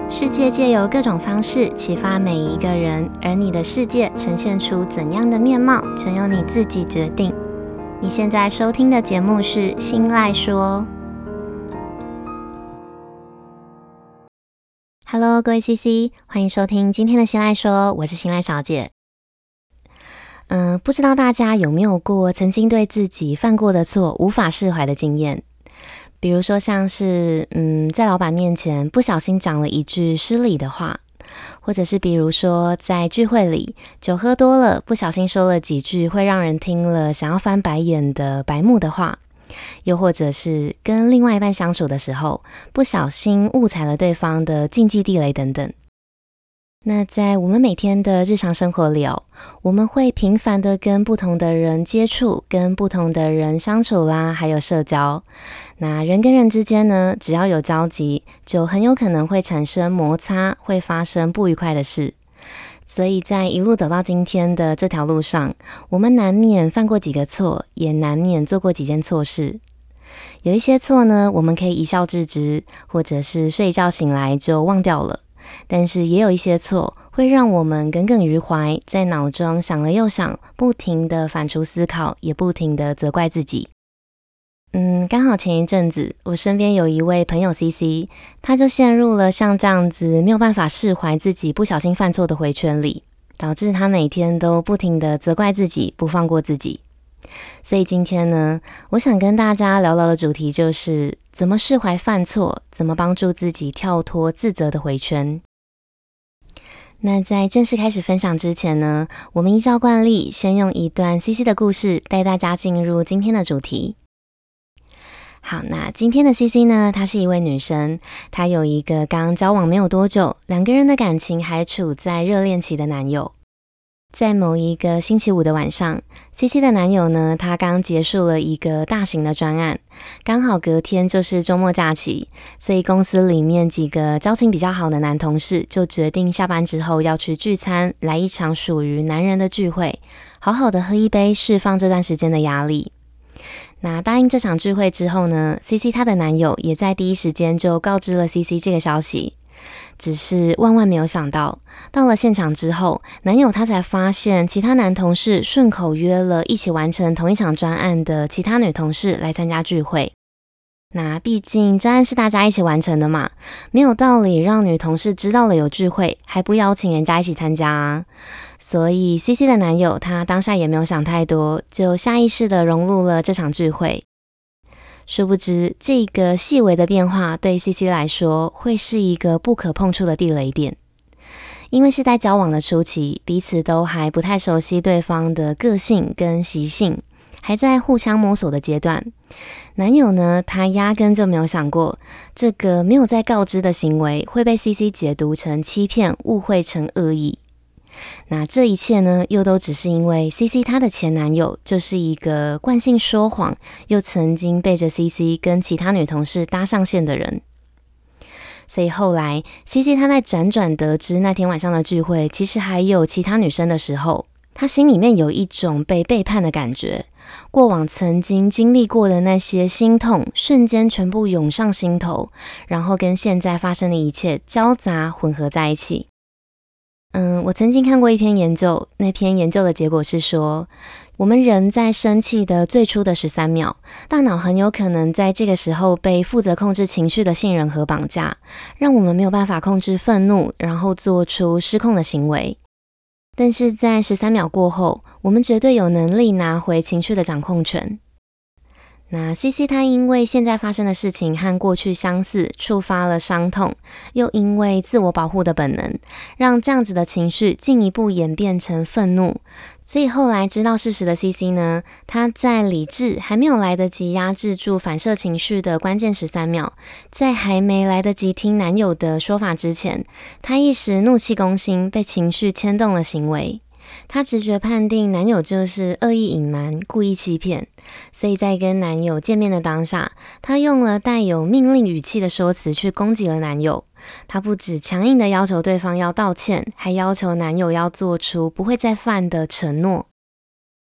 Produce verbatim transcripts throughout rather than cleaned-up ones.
世界借由各种方式启发每一个人，而你的世界呈现出怎样的面貌，全由你自己决定。你现在收听的节目是《心赖说》。Hello， 各位 C C， 欢迎收听今天的《心赖说》，我是心赖小姐。嗯、呃，不知道大家有没有过曾经对自己犯过的错无法释怀的经验？比如说像是，嗯，在老板面前不小心讲了一句失礼的话，或者是比如说在聚会里酒喝多了，不小心说了几句会让人听了想要翻白眼的白目的话，又或者是跟另外一半相处的时候，不小心误踩了对方的禁忌地雷等等。那在我们每天的日常生活里哦，我们会频繁的跟不同的人接触，跟不同的人相处啦，还有社交。那人跟人之间呢，只要有交集，就很有可能会产生摩擦，会发生不愉快的事。所以在一路走到今天的这条路上，我们难免犯过几个错，也难免做过几件错事。有一些错呢，我们可以一笑置之，或者是睡一觉醒来就忘掉了。但是也有一些错会让我们耿耿于怀，在脑中想了又想，不停的反刍思考，也不停的责怪自己。嗯，刚好前一阵子我身边有一位朋友 C C， 他就陷入了像这样子没有办法释怀自己不小心犯错的回圈里，导致他每天都不停的责怪自己，不放过自己。所以今天呢，我想跟大家聊聊的主题就是怎么释怀犯错，怎么帮助自己跳脱自责的回圈。那在正式开始分享之前呢，我们依照惯例先用一段 C C 的故事带大家进入今天的主题。好，那今天的 C C 呢，她是一位女生，她有一个刚交往没有多久，两个人的感情还处在热恋期的男友。在某一个星期五的晚上， C C 的男友呢，他刚结束了一个大型的专案，刚好隔天就是周末假期，所以公司里面几个交情比较好的男同事就决定下班之后要去聚餐，来一场属于男人的聚会，好好的喝一杯，释放这段时间的压力。那答应这场聚会之后呢， C C 她的男友也在第一时间就告知了 C C 这个消息。只是万万没有想到，到了现场之后，男友他才发现其他男同事顺口约了一起完成同一场专案的其他女同事来参加聚会。那毕竟专案是大家一起完成的嘛，没有道理让女同事知道了有聚会还不邀请人家一起参加啊。所以 C C 的男友他当下也没有想太多，就下意识地融入了这场聚会。殊不知，这个细微的变化对 C C 来说会是一个不可碰触的地雷点。因为是在交往的初期，彼此都还不太熟悉对方的个性跟习性，还在互相摸索的阶段。男友呢，他压根就没有想过，这个没有再告知的行为会被 C C 解读成欺骗，误会成恶意。那这一切呢，又都只是因为 C C 她的前男友就是一个惯性说谎，又曾经背着 C C 跟其他女同事搭上线的人。所以后来 C C 她在辗转得知那天晚上的聚会其实还有其他女生的时候，她心里面有一种被背叛的感觉，过往曾经经历过的那些心痛瞬间全部涌上心头，然后跟现在发生的一切交杂混合在一起。嗯，我曾经看过一篇研究，那篇研究的结果是说，我们人在生气的最初的十三秒，大脑很有可能在这个时候被负责控制情绪的杏仁核绑架，让我们没有办法控制愤怒，然后做出失控的行为。但是在十三秒过后，我们绝对有能力拿回情绪的掌控权。那 C C 她因为现在发生的事情和过去相似，触发了伤痛，又因为自我保护的本能，让这样子的情绪进一步演变成愤怒。所以后来知道事实的 C C 呢，她在理智还没有来得及压制住反射情绪的关键十三秒，在还没来得及听男友的说法之前，她一时怒气攻心，被情绪牵动了行为。她直觉判定男友就是恶意隐瞒，故意欺骗，所以在跟男友见面的当下，她用了带有命令语气的说辞去攻击了男友。她不只强硬的要求对方要道歉，还要求男友要做出不会再犯的承诺。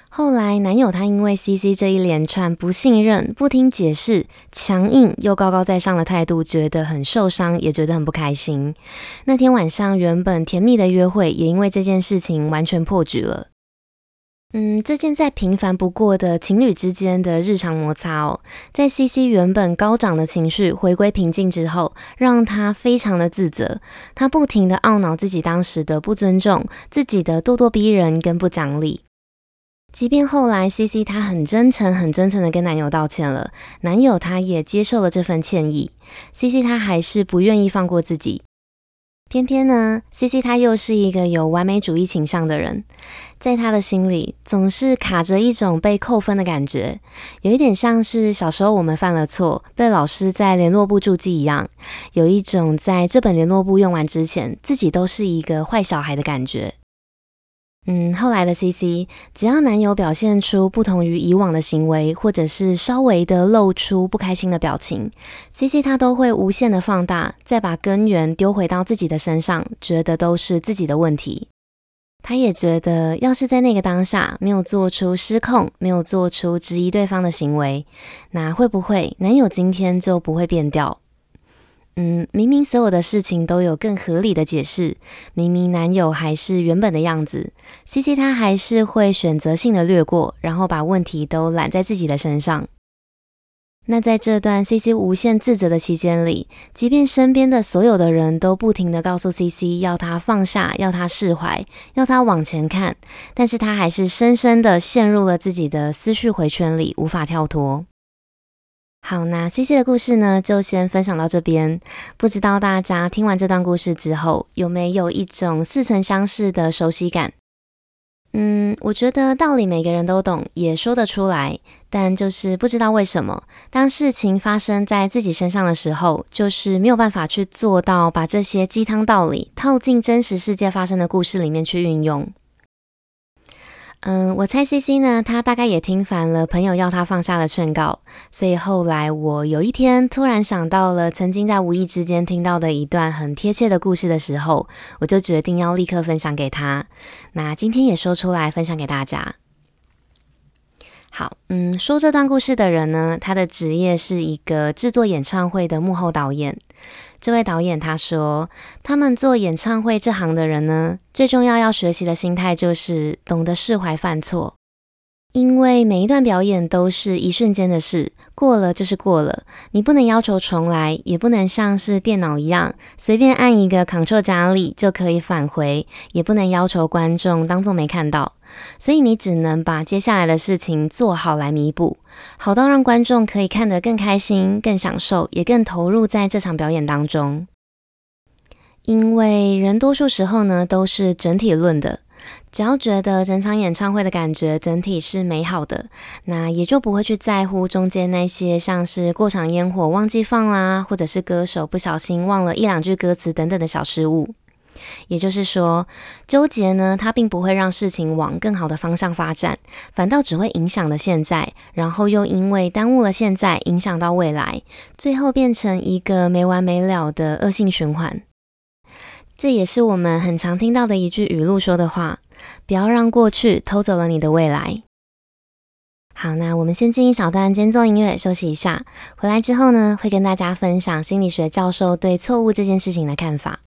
后来男友他因为 C C 这一连串不信任、不听解释、强硬又高高在上的态度，觉得很受伤，也觉得很不开心。那天晚上原本甜蜜的约会，也因为这件事情完全破局了。嗯，这件再平凡不过的情侣之间的日常摩擦哦，在 C C 原本高涨的情绪回归平静之后，让他非常的自责。他不停的懊恼自己当时的不尊重，自己的咄咄逼人跟不讲理。即便后来 C C 她很真诚很真诚的跟男友道歉了，男友他也接受了这份歉意， C C 她还是不愿意放过自己。偏偏呢 C C 她又是一个有完美主义倾向的人，在她的心里总是卡着一种被扣分的感觉，有一点像是小时候我们犯了错被老师在联络簿注记一样，有一种在这本联络簿用完之前自己都是一个坏小孩的感觉。嗯，后来的 C C 只要男友表现出不同于以往的行为，或者是稍微的露出不开心的表情， C C 她都会无限的放大，再把根源丢回到自己的身上，觉得都是自己的问题。她也觉得要是在那个当下没有做出失控，没有做出质疑对方的行为，那会不会男友今天就不会变掉？嗯，明明所有的事情都有更合理的解释，明明男友还是原本的样子， C C 她还是会选择性的略过，然后把问题都揽在自己的身上。那在这段 C C 无限自责的期间里，即便身边的所有的人都不停的告诉 C C 要她放下，要她释怀，要她往前看，但是她还是深深的陷入了自己的思绪回圈里，无法跳脱。好，那 C C 的故事呢，就先分享到这边。不知道大家听完这段故事之后，有没有一种似曾相识的熟悉感？嗯，我觉得道理每个人都懂，也说得出来，但就是不知道为什么，当事情发生在自己身上的时候，就是没有办法去做到把这些鸡汤道理套进真实世界发生的故事里面去运用。嗯，我猜 C C 呢，他大概也听烦了朋友要他放下的劝告，所以后来我有一天突然想到了曾经在无意之间听到的一段很贴切的故事的时候，我就决定要立刻分享给他。那今天也说出来分享给大家。好，嗯，说这段故事的人呢，他的职业是一个制作演唱会的幕后导演。这位导演他说，他们做演唱会这行的人呢，最重要要学习的心态就是懂得释怀犯错。因为每一段表演都是一瞬间的事，过了就是过了，你不能要求重来，也不能像是电脑一样随便按一个 Ctrl 加力就可以返回，也不能要求观众当作没看到，所以你只能把接下来的事情做好来弥补，好到让观众可以看得更开心、更享受，也更投入在这场表演当中。因为人多数时候呢都是整体论的，只要觉得整场演唱会的感觉整体是美好的，那也就不会去在乎中间那些像是过场烟火忘记放啦，或者是歌手不小心忘了一两句歌词等等的小失误。也就是说，纠结呢，它并不会让事情往更好的方向发展，反倒只会影响了现在，然后又因为耽误了现在，影响到未来，最后变成一个没完没了的恶性循环。这也是我们很常听到的一句语录说的话，不要让过去偷走了你的未来。好，那我们先进一小段间奏音乐休息一下，回来之后呢，会跟大家分享心理学教授对错误这件事情的看法。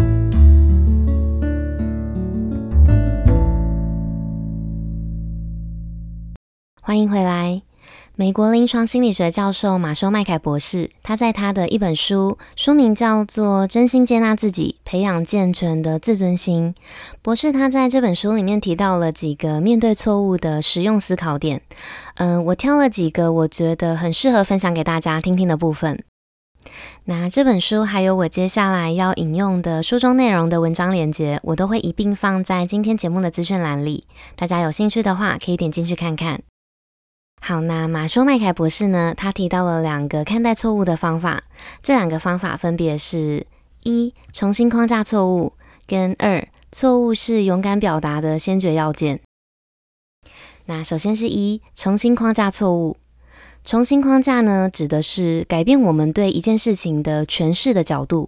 欢迎回来。美国临床心理学教授马修麦凯博士，他在他的一本书，书名叫做《真心接纳自己，培养健全的自尊心》。博士他在这本书里面提到了几个面对错误的实用思考点。嗯，我挑了几个我觉得很适合分享给大家听听的部分。那这本书还有我接下来要引用的书中内容的文章连结，我都会一并放在今天节目的资讯栏里，大家有兴趣的话可以点进去看看。好，那马修麦凯博士呢，他提到了两个看待错误的方法，这两个方法分别是一、重新框架错误，跟二、错误是勇敢表达的先决要件。那首先是一、重新框架错误。重新框架呢，指的是改变我们对一件事情的诠释的角度。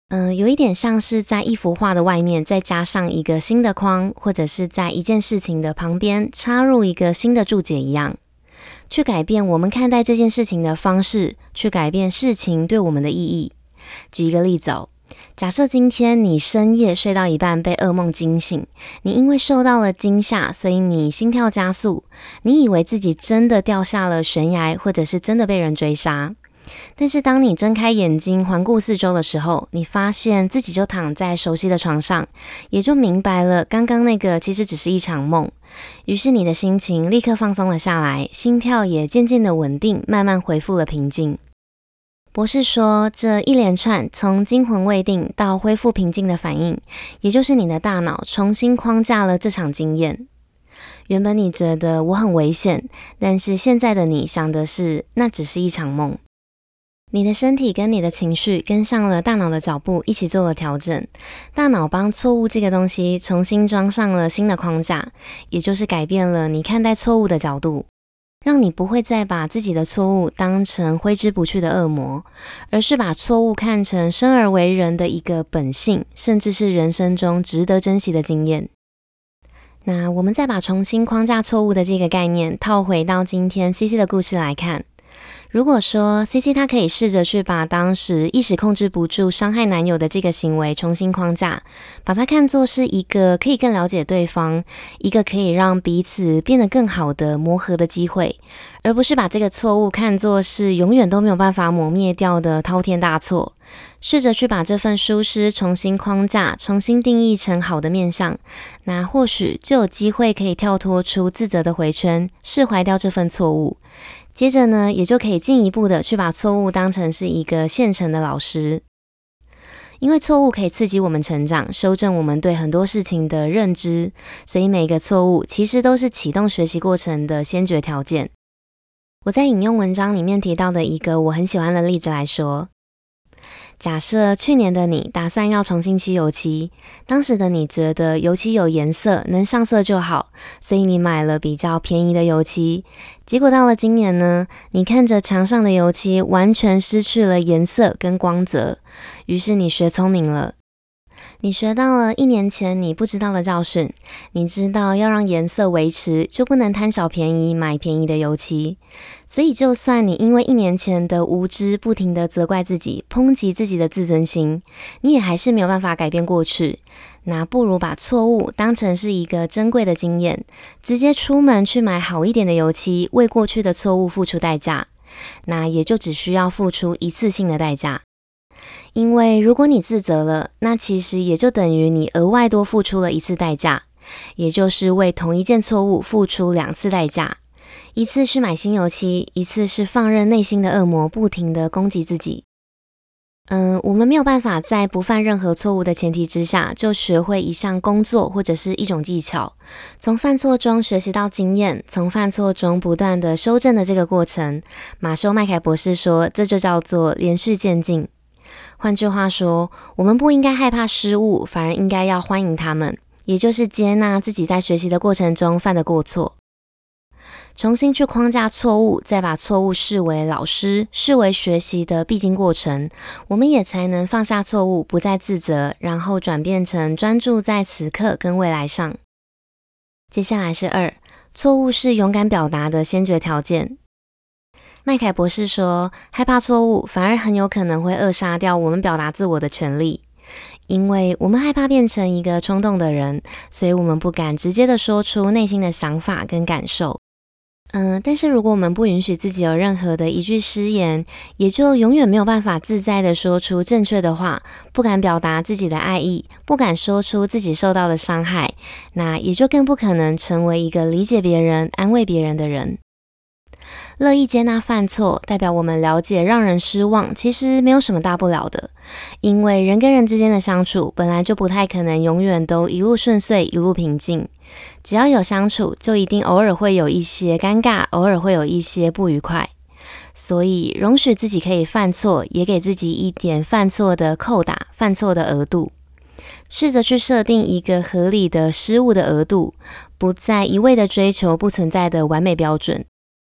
嗯、呃，有一点像是在一幅画的外面再加上一个新的框，或者是在一件事情的旁边插入一个新的注解一样，去改变我们看待这件事情的方式，去改变事情对我们的意义。举一个例子哦，假设今天你深夜睡到一半被噩梦惊醒，你因为受到了惊吓，所以你心跳加速，你以为自己真的掉下了悬崖，或者是真的被人追杀。但是当你睁开眼睛环顾四周的时候，你发现自己就躺在熟悉的床上，也就明白了刚刚那个其实只是一场梦。于是你的心情立刻放松了下来，心跳也渐渐的稳定，慢慢恢复了平静。博士说，这一连串从惊魂未定到恢复平静的反应，也就是你的大脑重新框架了这场经验。原本你觉得我很危险，但是现在的你想的是，那只是一场梦。你的身体跟你的情绪跟上了大脑的脚步，一起做了调整。大脑帮错误这个东西重新装上了新的框架，也就是改变了你看待错误的角度，让你不会再把自己的错误当成挥之不去的恶魔，而是把错误看成生而为人的一个本性，甚至是人生中值得珍惜的经验。那我们再把重新框架错误的这个概念套回到今天 C C 的故事来看。如果说 C C 她可以试着去把当时一时控制不住伤害男友的这个行为重新框架，把它看作是一个可以更了解对方，一个可以让彼此变得更好的磨合的机会，而不是把这个错误看作是永远都没有办法抹灭掉的滔天大错，试着去把这份疏失重新框架，重新定义成好的面向，那或许就有机会可以跳脱出自责的回圈，释怀掉这份错误。接着呢，也就可以进一步的去把错误当成是一个现成的老师，因为错误可以刺激我们成长，修正我们对很多事情的认知，所以每一个错误其实都是启动学习过程的先决条件。我在引用文章里面提到的一个我很喜欢的例子来说，假设去年的你打算要重新漆油漆，当时的你觉得油漆有颜色，能上色就好，所以你买了比较便宜的油漆。结果到了今年呢，你看着墙上的油漆完全失去了颜色跟光泽，于是你学聪明了。你学到了一年前你不知道的教训，你知道要让颜色维持，就不能贪小便宜买便宜的油漆。所以就算你因为一年前的无知不停地责怪自己，抨击自己的自尊心，你也还是没有办法改变过去。那不如把错误当成是一个珍贵的经验，直接出门去买好一点的油漆，为过去的错误付出代价。那也就只需要付出一次性的代价。因为如果你自责了，那其实也就等于你额外多付出了一次代价，也就是为同一件错误付出两次代价。一次是买新油漆，一次是放任内心的恶魔不停地攻击自己。嗯，我们没有办法在不犯任何错误的前提之下，就学会一项工作或者是一种技巧。从犯错中学习到经验，从犯错中不断的修正的这个过程，马修麦凯博士说，这就叫做连续渐进。换句话说，我们不应该害怕失误，反而应该要欢迎他们，也就是接纳自己在学习的过程中犯的过错。重新去框架错误，再把错误视为老师，视为学习的必经过程，我们也才能放下错误，不再自责，然后转变成专注在此刻跟未来上。接下来是二，错误是勇敢表达的先决条件。麦凯博士说，害怕错误反而很有可能会扼杀掉我们表达自我的权利，因为我们害怕变成一个冲动的人，所以我们不敢直接的说出内心的想法跟感受。嗯，但是如果我们不允许自己有任何的一句失言，也就永远没有办法自在的说出正确的话，不敢表达自己的爱意，不敢说出自己受到的伤害，那也就更不可能成为一个理解别人、安慰别人的人。乐意接纳犯错，代表我们了解让人失望其实没有什么大不了的，因为人跟人之间的相处本来就不太可能永远都一路顺遂一路平静，只要有相处就一定偶尔会有一些尴尬，偶尔会有一些不愉快，所以容许自己可以犯错，也给自己一点犯错的扣打，犯错的额度，试着去设定一个合理的失误的额度，不再一味的追求不存在的完美标准。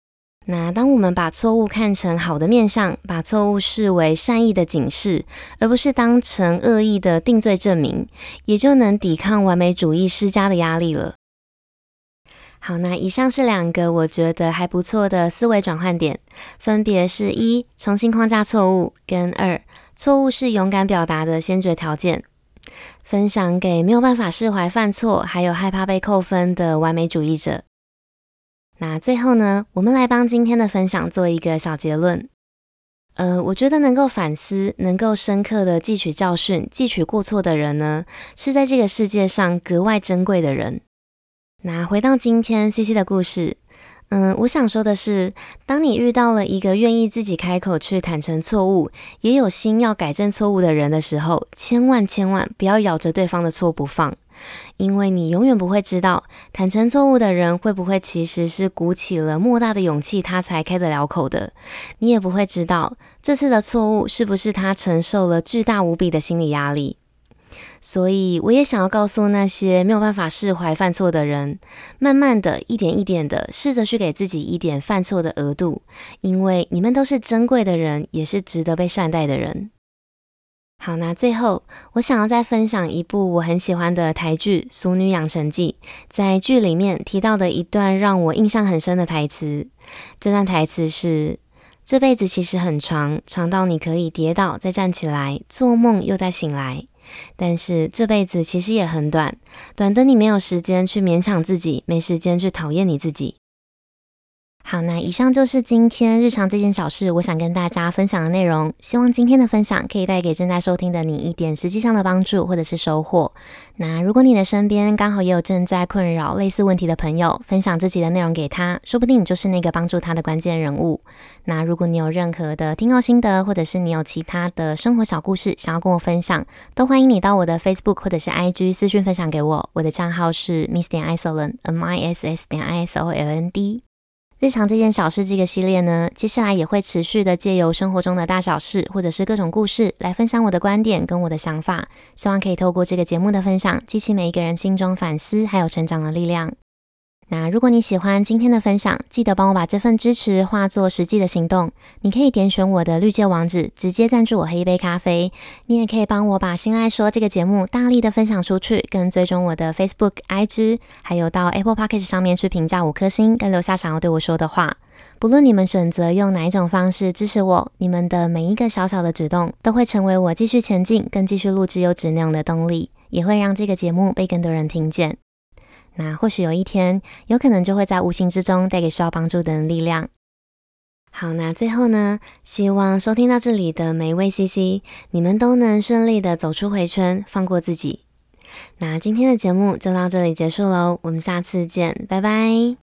那当我们把错误看成好的面向，把错误视为善意的警示，而不是当成恶意的定罪证明，也就能抵抗完美主义施加的压力了。好，那以上是两个我觉得还不错的思维转换点，分别是一、重新框架错误，跟二、错误是勇敢表达的先决条件。分享给没有办法释怀犯错，还有害怕被扣分的完美主义者。那最后呢，我们来帮今天的分享做一个小结论。呃，我觉得能够反思，能够深刻的汲取教训，汲取过错的人呢，是在这个世界上格外珍贵的人。那回到今天 C C 的故事，嗯，我想说的是，当你遇到了一个愿意自己开口去坦诚错误，也有心要改正错误的人的时候，千万千万不要咬着对方的错不放，因为你永远不会知道，坦诚错误的人会不会其实是鼓起了莫大的勇气，他才开得了口的。你也不会知道，这次的错误是不是他承受了巨大无比的心理压力。所以我也想要告诉那些没有办法释怀犯错的人，慢慢的一点一点的试着去给自己一点犯错的额度，因为你们都是珍贵的人，也是值得被善待的人。好，那最后我想要再分享一部我很喜欢的台剧《俗女养成记》，在剧里面提到的一段让我印象很深的台词。这段台词是：这辈子其实很长，长到你可以跌倒再站起来，做梦又再醒来。但是这辈子其实也很短，短的你没有时间去勉强自己，没时间去讨厌你自己。好，那以上就是今天日常这件小事我想跟大家分享的内容，希望今天的分享可以带给正在收听的你一点实际上的帮助或者是收获。那如果你的身边刚好也有正在困扰类似问题的朋友，分享自己的内容给他，说不定你就是那个帮助他的关键人物。那如果你有任何的听后心得，或者是你有其他的生活小故事想要跟我分享，都欢迎你到我的 Facebook 或者是 I G 私讯分享给我，我的账号是 miss 点 isoland M I S S 点 I S O L N D。日常这件小事这个系列呢，接下来也会持续的借由生活中的大小事或者是各种故事来分享我的观点跟我的想法，希望可以透过这个节目的分享，激起每一个人心中反思还有成长的力量。那如果你喜欢今天的分享，记得帮我把这份支持化作实际的行动。你可以点选我的绿界网址，直接赞助我喝一杯咖啡。你也可以帮我把新爱说这个节目大力的分享出去，跟追踪我的 Facebook、I G， 还有到 Apple Podcast 上面去评价五颗星，跟留下想要对我说的话。不论你们选择用哪一种方式支持我，你们的每一个小小的举动，都会成为我继续前进跟继续录制优质内容的动力，也会让这个节目被更多人听见。那或许有一天，有可能就会在无形之中带给需要帮助的人力量。好，那最后呢，希望收听到这里的每一位 C C， 你们都能顺利的走出回圈，放过自己。那今天的节目就到这里结束咯，我们下次见，拜拜。